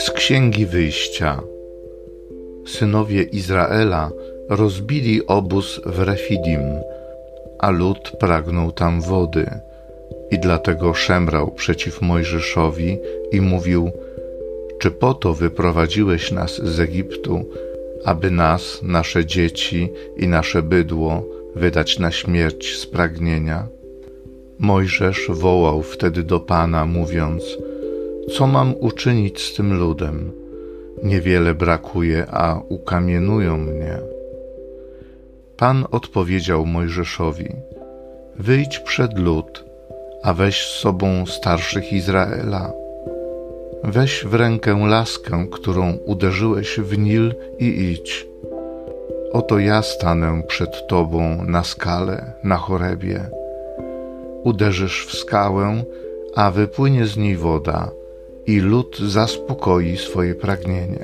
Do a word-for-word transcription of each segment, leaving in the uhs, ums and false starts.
Z Księgi Wyjścia. Synowie Izraela rozbili obóz w Refidim, a lud pragnął tam wody i dlatego szemrał przeciw Mojżeszowi i mówił: czy po to wyprowadziłeś nas z Egiptu, aby nas, nasze dzieci i nasze bydło wydać na śmierć z pragnienia? Mojżesz wołał wtedy do Pana, mówiąc: co mam uczynić z tym ludem? Niewiele brakuje, a ukamienują mnie. Pan odpowiedział Mojżeszowi: wyjdź przed lud, a weź z sobą starszych Izraela. Weź w rękę laskę, którą uderzyłeś w Nil, i idź. Oto ja stanę przed tobą na skale, na Chorebie. Uderzysz w skałę, a wypłynie z niej woda, i lud zaspokoi swoje pragnienie.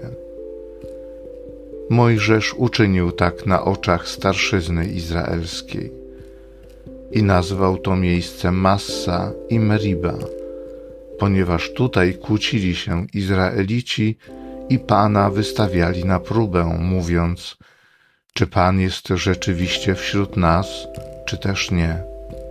Mojżesz uczynił tak na oczach starszyzny izraelskiej i nazwał to miejsce Massa i Meriba, ponieważ tutaj kłócili się Izraelici i Pana wystawiali na próbę, mówiąc: czy Pan jest rzeczywiście wśród nas, czy też nie?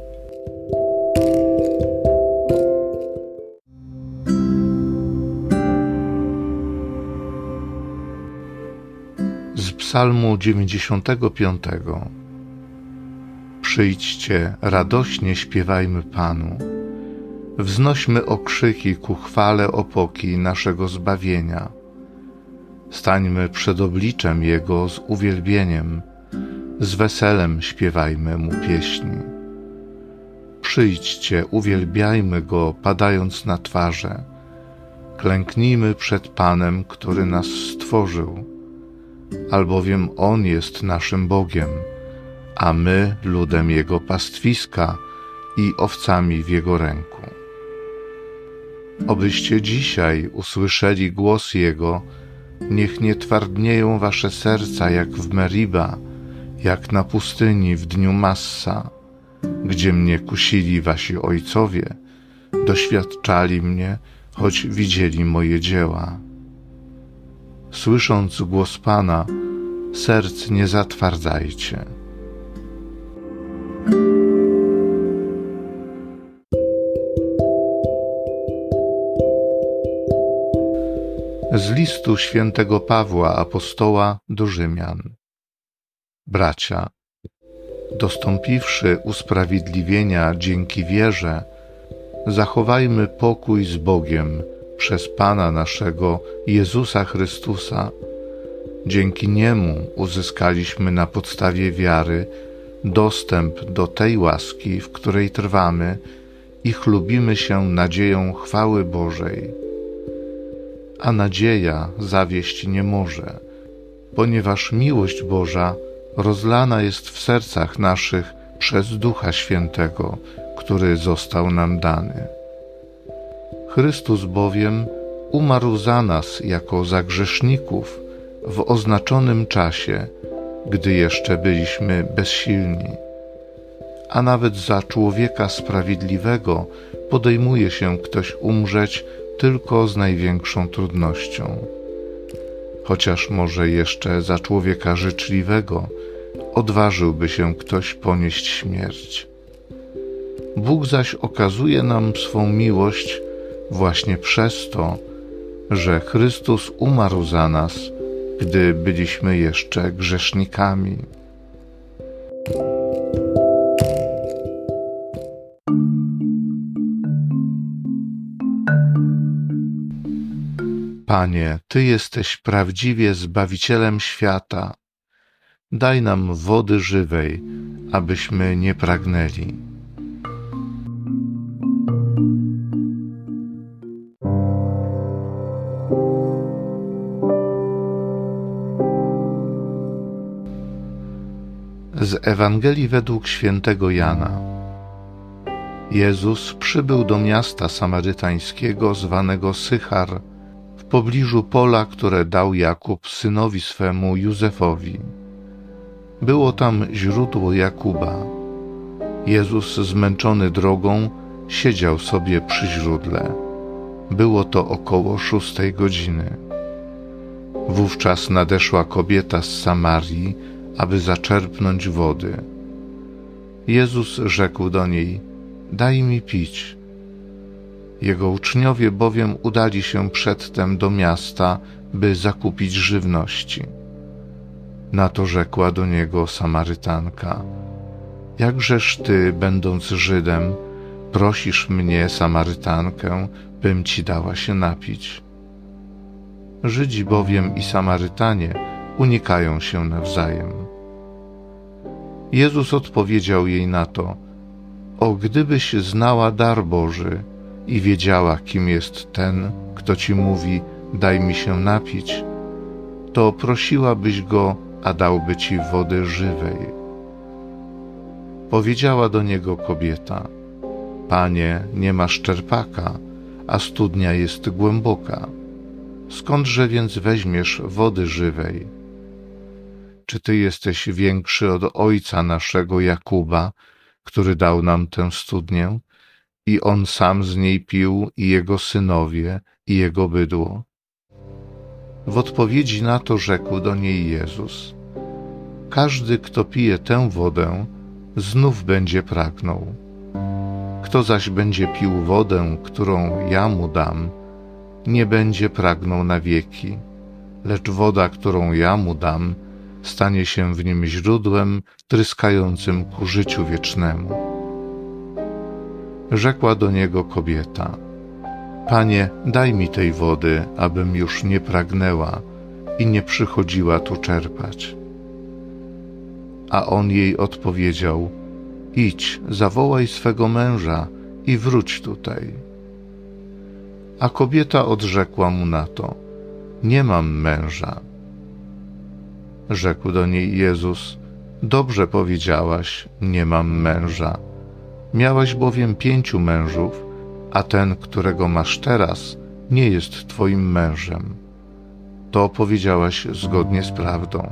Z Psalmu dziewięćdziesiątego piątego. Przyjdźcie, radośnie śpiewajmy Panu. Wznośmy okrzyki ku chwale opoki naszego zbawienia. Stańmy przed obliczem Jego z uwielbieniem, z weselem śpiewajmy Mu pieśni. Przyjdźcie, uwielbiajmy Go, padając na twarze. Klęknijmy przed Panem, który nas stworzył, albowiem On jest naszym Bogiem, a my ludem Jego pastwiska i owcami w Jego ręku. Obyście dzisiaj usłyszeli głos Jego, niech nie twardnieją wasze serca jak w Meriba, jak na pustyni w dniu Massa, gdzie mnie kusili wasi ojcowie, doświadczali mnie, choć widzieli moje dzieła. Słysząc głos Pana, serc nie zatwardzajcie. Z listu świętego Pawła apostoła do Rzymian. Bracia, dostąpiwszy usprawiedliwienia dzięki wierze, zachowajmy pokój z Bogiem przez Pana naszego Jezusa Chrystusa. Dzięki Niemu uzyskaliśmy na podstawie wiary dostęp do tej łaski, w której trwamy i chlubimy się nadzieją chwały Bożej. A nadzieja zawieść nie może, ponieważ miłość Boża rozlana jest w sercach naszych przez Ducha Świętego, który został nam dany. Chrystus bowiem umarł za nas jako za grzeszników w oznaczonym czasie, gdy jeszcze byliśmy bezsilni. A nawet za człowieka sprawiedliwego podejmuje się ktoś umrzeć tylko z największą trudnością. Chociaż może jeszcze za człowieka życzliwego odważyłby się ktoś ponieść śmierć. Bóg zaś okazuje nam swą miłość właśnie przez to, że Chrystus umarł za nas, gdy byliśmy jeszcze grzesznikami. Panie, Ty jesteś prawdziwie Zbawicielem świata. Daj nam wody żywej, abyśmy nie pragnęli. Z Ewangelii według świętego Jana. Jezus przybył do miasta samarytańskiego zwanego Sychar, w pobliżu pola, które dał Jakub synowi swemu Józefowi. Było tam źródło Jakuba. Jezus, zmęczony drogą, siedział sobie przy źródle. Było to około szóstej godziny. Wówczas nadeszła kobieta z Samarii, aby zaczerpnąć wody. Jezus rzekł do niej: daj mi pić. Jego uczniowie bowiem udali się przedtem do miasta, by zakupić żywności. Na to rzekła do niego Samarytanka: jakżeż ty, będąc Żydem, prosisz mnie, Samarytankę, bym ci dała się napić? Żydzi bowiem i Samarytanie unikają się nawzajem. Jezus odpowiedział jej na to: o, gdybyś znała dar Boży i wiedziała, kim jest ten, kto ci mówi: daj mi się napić, to prosiłabyś go, a dałby ci wody żywej. Powiedziała do niego kobieta: Panie, nie masz czerpaka, a studnia jest głęboka. Skądże więc weźmiesz wody żywej? Czy ty jesteś większy od ojca naszego Jakuba, który dał nam tę studnię, i on sam z niej pił, i jego synowie, i jego bydło? W odpowiedzi na to rzekł do niej Jezus: każdy, kto pije tę wodę, znów będzie pragnął. Kto zaś będzie pił wodę, którą ja mu dam, nie będzie pragnął na wieki, lecz woda, którą ja mu dam, stanie się w nim źródłem tryskającym ku życiu wiecznemu. Rzekła do niego kobieta: Panie, daj mi tej wody, abym już nie pragnęła i nie przychodziła tu czerpać. A on jej odpowiedział: idź, zawołaj swego męża i wróć tutaj. A kobieta odrzekła mu na to: nie mam męża. Rzekł do niej Jezus: dobrze powiedziałaś, nie mam męża. Miałaś bowiem pięciu mężów, a ten, którego masz teraz, nie jest twoim mężem. To powiedziałaś zgodnie z prawdą.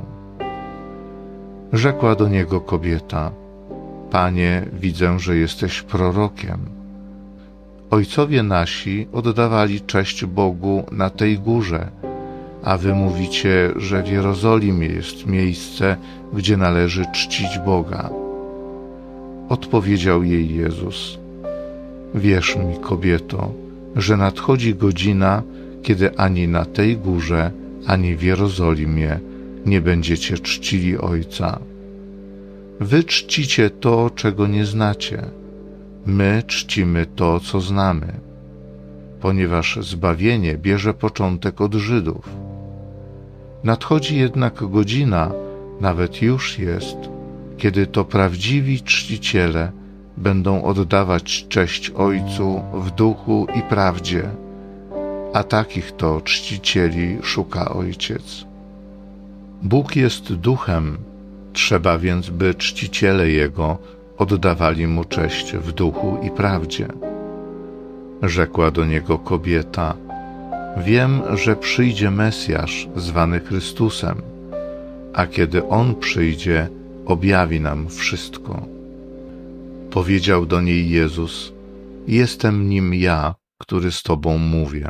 Rzekła do niego kobieta: Panie, widzę, że jesteś prorokiem. Ojcowie nasi oddawali cześć Bogu na tej górze, a wy mówicie, że w Jerozolimie jest miejsce, gdzie należy czcić Boga. Odpowiedział jej Jezus: wierz mi, kobieto, że nadchodzi godzina, kiedy ani na tej górze, ani w Jerozolimie nie będziecie czcili Ojca. Wy czcicie to, czego nie znacie. My czcimy to, co znamy, ponieważ zbawienie bierze początek od Żydów. Nadchodzi jednak godzina, nawet już jest, kiedy to prawdziwi czciciele będą oddawać cześć Ojcu w duchu i prawdzie, a takich to czcicieli szuka Ojciec. Bóg jest duchem, trzeba więc, by czciciele Jego oddawali Mu cześć w duchu i prawdzie. Rzekła do niego kobieta: wiem, że przyjdzie Mesjasz, zwany Chrystusem, a kiedy On przyjdzie, objawi nam wszystko. Powiedział do niej Jezus: jestem nim ja, który z tobą mówię.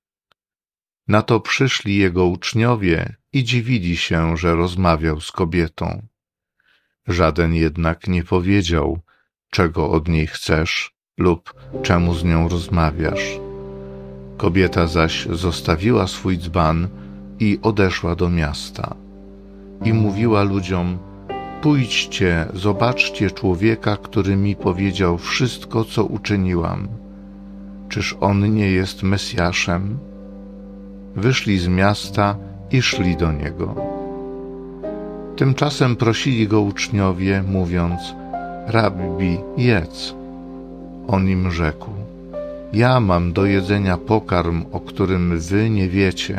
Na to przyszli Jego uczniowie i dziwili się, że rozmawiał z kobietą. Żaden jednak nie powiedział, czego od niej chcesz lub czemu z nią rozmawiasz. Kobieta zaś zostawiła swój dzban i odeszła do miasta. I mówiła ludziom: pójdźcie, zobaczcie człowieka, który mi powiedział wszystko, co uczyniłam. Czyż on nie jest Mesjaszem? Wyszli z miasta i szli do niego. Tymczasem prosili go uczniowie, mówiąc: Rabbi, jedz. On im rzekł: ja mam do jedzenia pokarm, o którym wy nie wiecie.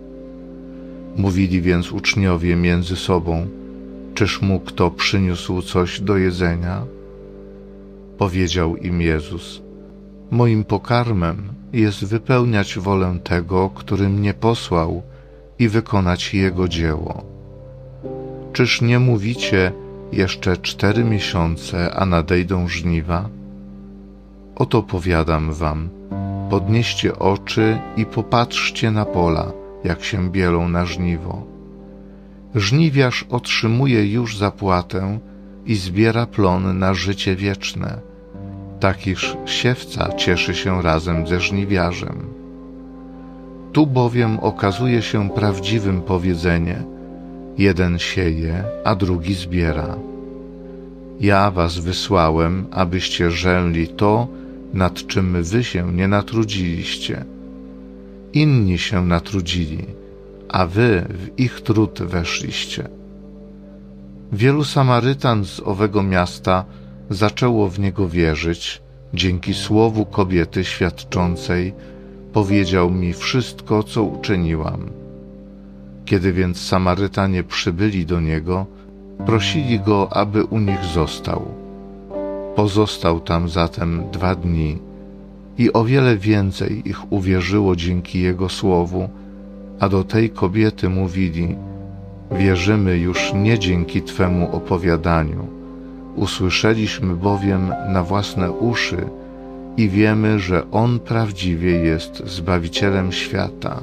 Mówili więc uczniowie między sobą: czyż mu kto przyniósł coś do jedzenia? Powiedział im Jezus: moim pokarmem jest wypełniać wolę tego, który mnie posłał, i wykonać Jego dzieło. Czyż nie mówicie: jeszcze cztery miesiące, a nadejdą żniwa? Oto powiadam wam, podnieście oczy i popatrzcie na pola, jak się bielą na żniwo. Żniwiarz otrzymuje już zapłatę i zbiera plon na życie wieczne. Takiż siewca cieszy się razem ze żniwiarzem. Tu bowiem okazuje się prawdziwym powiedzenie: jeden sieje, a drugi zbiera. Ja was wysłałem, abyście żęli to, nad czym wy się nie natrudziliście. Inni się natrudzili, a wy w ich trud weszliście. Wielu Samarytan z owego miasta zaczęło w niego wierzyć. Dzięki słowu kobiety świadczącej powiedział mi wszystko, co uczyniłam. Kiedy więc Samarytanie przybyli do niego, prosili go, aby u nich został. Pozostał tam zatem dwa dni i o wiele więcej ich uwierzyło dzięki jego słowu, a do tej kobiety mówili: wierzymy już nie dzięki twemu opowiadaniu. Usłyszeliśmy bowiem na własne uszy i wiemy, że On prawdziwie jest Zbawicielem świata.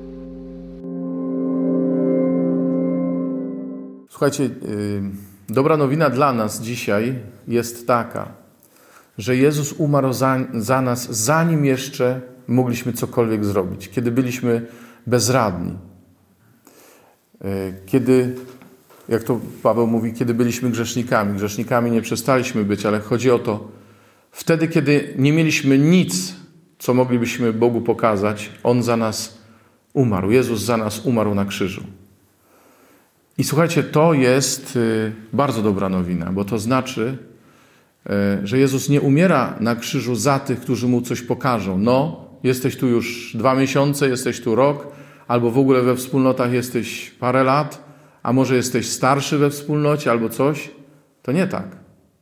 Słuchajcie, yy, dobra nowina dla nas dzisiaj jest taka, że Jezus umarł za, za nas, zanim jeszcze mogliśmy cokolwiek zrobić, kiedy byliśmy bezradni. Yy, kiedy, jak to Paweł mówi, kiedy byliśmy grzesznikami. Grzesznikami nie przestaliśmy być, ale chodzi o to, wtedy, kiedy nie mieliśmy nic, co moglibyśmy Bogu pokazać, On za nas umarł. Jezus za nas umarł na krzyżu. I słuchajcie, to jest bardzo dobra nowina, bo to znaczy, że Jezus nie umiera na krzyżu za tych, którzy Mu coś pokażą. No, jesteś tu już dwa miesiące, jesteś tu rok, albo w ogóle we wspólnotach jesteś parę lat, a może jesteś starszy we wspólnocie albo coś. To nie tak.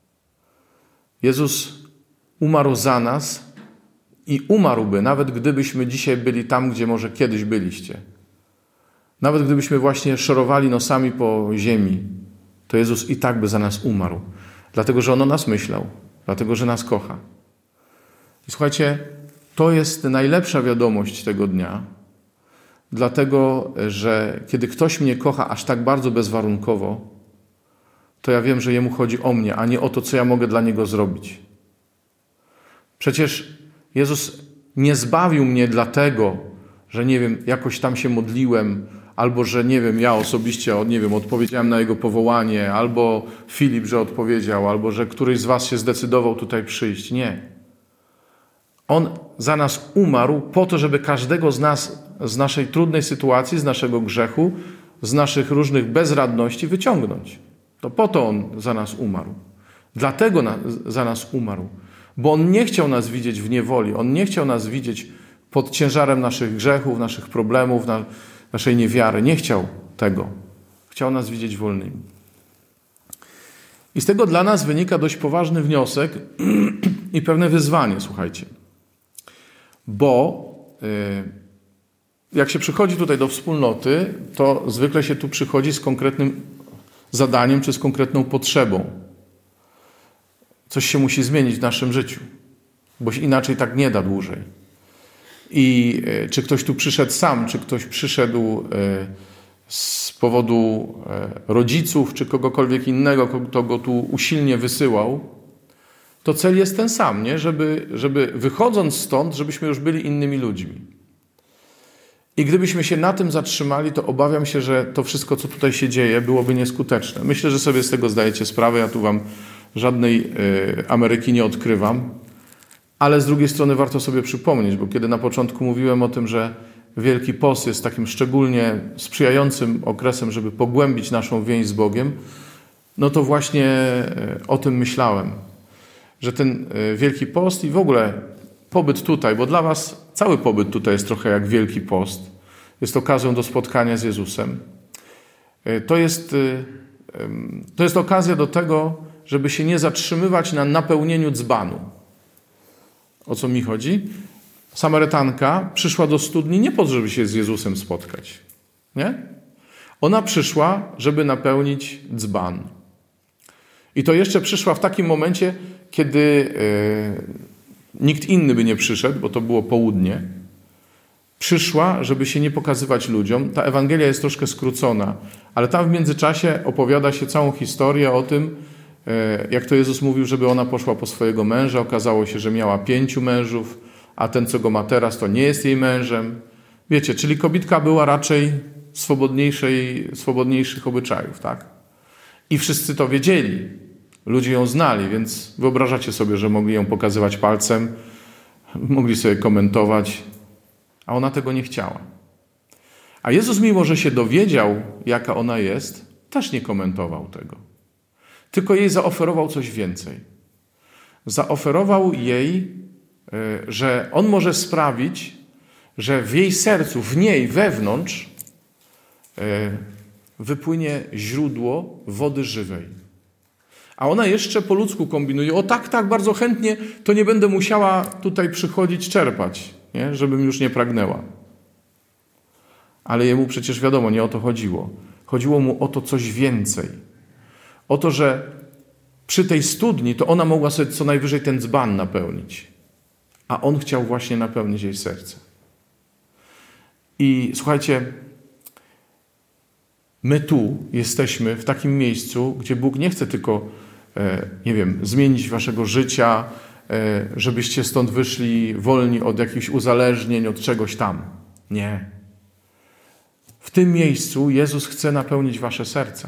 Jezus umarł za nas i umarłby, nawet gdybyśmy dzisiaj byli tam, gdzie może kiedyś byliście. Nawet gdybyśmy właśnie szorowali nosami po ziemi, to Jezus i tak by za nas umarł. Dlatego, że On o nas myślał. Dlatego, że nas kocha. I słuchajcie, to jest najlepsza wiadomość tego dnia. Dlatego, że kiedy ktoś mnie kocha aż tak bardzo bezwarunkowo, to ja wiem, że Jemu chodzi o mnie, a nie o to, co ja mogę dla Niego zrobić. Przecież Jezus nie zbawił mnie dlatego, że nie wiem, jakoś tam się modliłem, albo że nie wiem, ja osobiście, nie wiem, odpowiedziałem na Jego powołanie, albo Filip, że odpowiedział, albo że któryś z was się zdecydował tutaj przyjść. Nie. On za nas umarł po to, żeby każdego z nas z naszej trudnej sytuacji, z naszego grzechu, z naszych różnych bezradności wyciągnąć. To po to On za nas umarł. Dlatego na, za nas umarł. Bo On nie chciał nas widzieć w niewoli. On nie chciał nas widzieć pod ciężarem naszych grzechów, naszych problemów, na, naszej niewiary. Nie chciał tego. Chciał nas widzieć wolnymi. I z tego dla nas wynika dość poważny wniosek i pewne wyzwanie, słuchajcie. Bo yy, jak się przychodzi tutaj do wspólnoty, to zwykle się tu przychodzi z konkretnym zadaniem czy z konkretną potrzebą. Coś się musi zmienić w naszym życiu, bo inaczej tak nie da dłużej. I y, czy ktoś tu przyszedł sam, czy ktoś przyszedł y, z powodu y, rodziców, czy kogokolwiek innego, kto go tu usilnie wysyłał, to cel jest ten sam, nie? Żeby, żeby wychodząc stąd, żebyśmy już byli innymi ludźmi. I gdybyśmy się na tym zatrzymali, to obawiam się, że to wszystko, co tutaj się dzieje, byłoby nieskuteczne. Myślę, że sobie z tego zdajecie sprawę. Ja tu wam żadnej y, Ameryki nie odkrywam. Ale z drugiej strony warto sobie przypomnieć, bo kiedy na początku mówiłem o tym, że Wielki Post jest takim szczególnie sprzyjającym okresem, żeby pogłębić naszą więź z Bogiem, no to właśnie o tym myślałem. Że ten Wielki Post i w ogóle pobyt tutaj, bo dla was cały pobyt tutaj jest trochę jak Wielki Post, jest okazją do spotkania z Jezusem. To jest, to jest okazja do tego, żeby się nie zatrzymywać na napełnieniu dzbanu. O co mi chodzi? Samarytanka przyszła do studni nie po to, żeby się z Jezusem spotkać. Nie? Ona przyszła, żeby napełnić dzban. I to jeszcze przyszła w takim momencie, kiedy nikt inny by nie przyszedł, bo to było południe. Przyszła, żeby się nie pokazywać ludziom. Ta Ewangelia jest troszkę skrócona, ale tam w międzyczasie opowiada się całą historię o tym, jak to Jezus mówił, żeby ona poszła po swojego męża. Okazało się, że miała pięciu mężów, a ten, co go ma teraz, to nie jest jej mężem. Wiecie, czyli kobitka była raczej swobodniejszej, swobodniejszych obyczajów, tak? I wszyscy to wiedzieli. Ludzie ją znali, więc wyobrażacie sobie, że mogli ją pokazywać palcem, mogli sobie komentować, a ona tego nie chciała. A Jezus, mimo że się dowiedział, jaka ona jest, też nie komentował tego. Tylko jej zaoferował coś więcej. Zaoferował jej, że On może sprawić, że w jej sercu, w niej, wewnątrz wypłynie źródło wody żywej. A ona jeszcze po ludzku kombinuje. O tak, tak, bardzo chętnie, to nie będę musiała tutaj przychodzić czerpać, nie? Żebym już nie pragnęła. Ale jemu przecież wiadomo, nie o to chodziło. Chodziło mu o to coś więcej. O to, że przy tej studni to ona mogła sobie co najwyżej ten dzban napełnić. A on chciał właśnie napełnić jej serce. I słuchajcie, my tu jesteśmy w takim miejscu, gdzie Bóg nie chce tylko, e, nie wiem, zmienić waszego życia, e, żebyście stąd wyszli wolni od jakichś uzależnień, od czegoś tam. Nie. W tym miejscu Jezus chce napełnić wasze serca.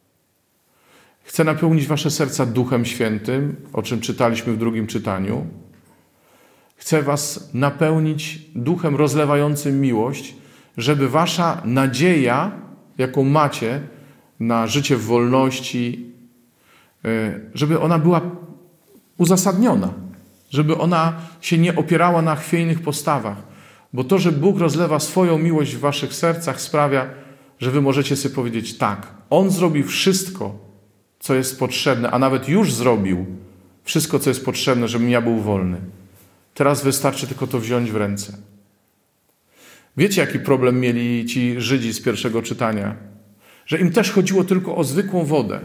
Chce napełnić wasze serca Duchem Świętym, o czym czytaliśmy w drugim czytaniu. Chce was napełnić duchem rozlewającym miłość, żeby wasza nadzieja, jaką macie na życie w wolności, żeby ona była uzasadniona, żeby ona się nie opierała na chwiejnych postawach. Bo to, że Bóg rozlewa swoją miłość w waszych sercach, sprawia, że wy możecie sobie powiedzieć tak, On zrobi wszystko, co jest potrzebne, a nawet już zrobił wszystko, co jest potrzebne, żebym ja był wolny. Teraz wystarczy tylko to wziąć w ręce. Wiecie, jaki problem mieli ci Żydzi z pierwszego czytania? Że im też chodziło tylko o zwykłą wodę.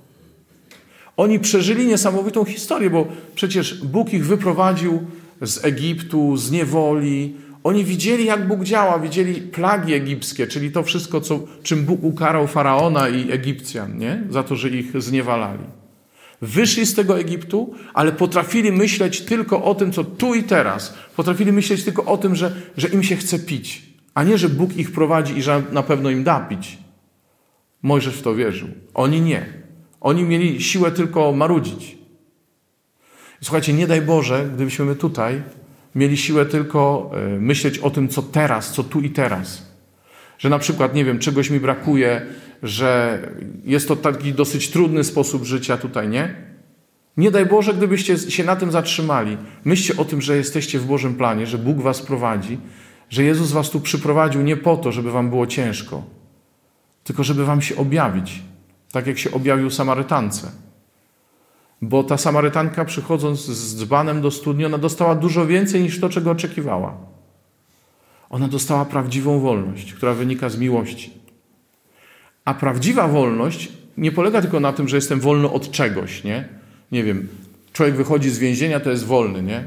Oni przeżyli niesamowitą historię, bo przecież Bóg ich wyprowadził z Egiptu, z niewoli. Oni widzieli, jak Bóg działa, widzieli plagi egipskie, czyli to wszystko, co, czym Bóg ukarał Faraona i Egipcjan, nie? Za to, że ich zniewalali. Wyszli z tego Egiptu, ale potrafili myśleć tylko o tym, co tu i teraz. Potrafili myśleć tylko o tym, że, że im się chce pić, a nie, że Bóg ich prowadzi i że na pewno im da pić. Mojżesz w to wierzył. Oni nie. Oni mieli siłę tylko marudzić. Słuchajcie, nie daj Boże, gdybyśmy my tutaj mieli siłę tylko myśleć o tym, co teraz, co tu i teraz. Że na przykład, nie wiem, czegoś mi brakuje, że jest to taki dosyć trudny sposób życia tutaj, nie? Nie daj Boże, gdybyście się na tym zatrzymali. Myślcie o tym, że jesteście w Bożym planie, że Bóg was prowadzi, że Jezus was tu przyprowadził nie po to, żeby wam było ciężko, tylko żeby wam się objawić, tak jak się objawił Samarytance. Bo ta Samarytanka, przychodząc z dzbanem do studni, ona dostała dużo więcej niż to, czego oczekiwała. Ona dostała prawdziwą wolność, która wynika z miłości. A prawdziwa wolność nie polega tylko na tym, że jestem wolny od czegoś, nie? Nie wiem, człowiek wychodzi z więzienia, to jest wolny, nie?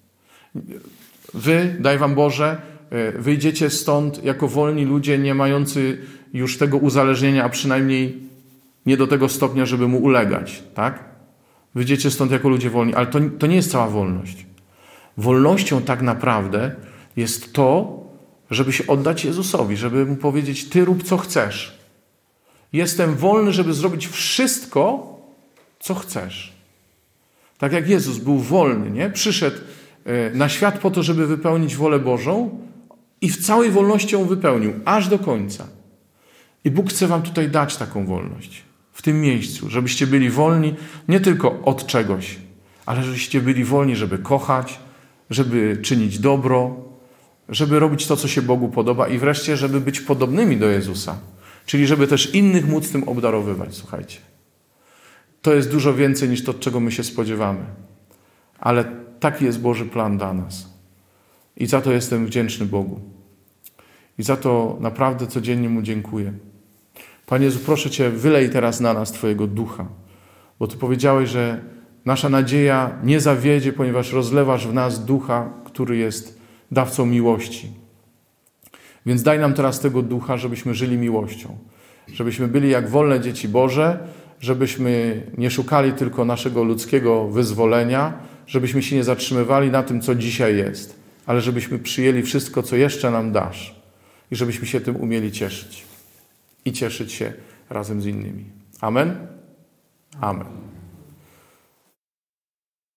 Wy, daj wam Boże, wyjdziecie stąd jako wolni ludzie, nie mający już tego uzależnienia, a przynajmniej nie do tego stopnia, żeby mu ulegać, tak? Wyjdziecie stąd jako ludzie wolni, ale to, to nie jest cała wolność. Wolnością tak naprawdę jest to, żeby się oddać Jezusowi, żeby mu powiedzieć, ty rób co chcesz. Jestem wolny, żeby zrobić wszystko, co chcesz. Tak jak Jezus był wolny, nie? Przyszedł na świat po to, żeby wypełnić wolę Bożą i w całej wolności ją wypełnił, aż do końca. I Bóg chce wam tutaj dać taką wolność. W tym miejscu, żebyście byli wolni nie tylko od czegoś, ale żebyście byli wolni, żeby kochać, żeby czynić dobro, żeby robić to, co się Bogu podoba i wreszcie, żeby być podobnymi do Jezusa. Czyli żeby też innych móc tym obdarowywać, słuchajcie. To jest dużo więcej niż to, czego my się spodziewamy. Ale taki jest Boży plan dla nas. I za to jestem wdzięczny Bogu. I za to naprawdę codziennie Mu dziękuję. Panie Jezu, proszę Cię, wylej teraz na nas Twojego Ducha. Bo Ty powiedziałeś, że Nasza nadzieja nie zawiedzie, ponieważ rozlewasz w nas Ducha, który jest dawcą miłości. Więc daj nam teraz tego Ducha, żebyśmy żyli miłością. Żebyśmy byli jak wolne dzieci Boże, żebyśmy nie szukali tylko naszego ludzkiego wyzwolenia, żebyśmy się nie zatrzymywali na tym, co dzisiaj jest, ale żebyśmy przyjęli wszystko, co jeszcze nam dasz i żebyśmy się tym umieli cieszyć i cieszyć się razem z innymi. Amen? Amen.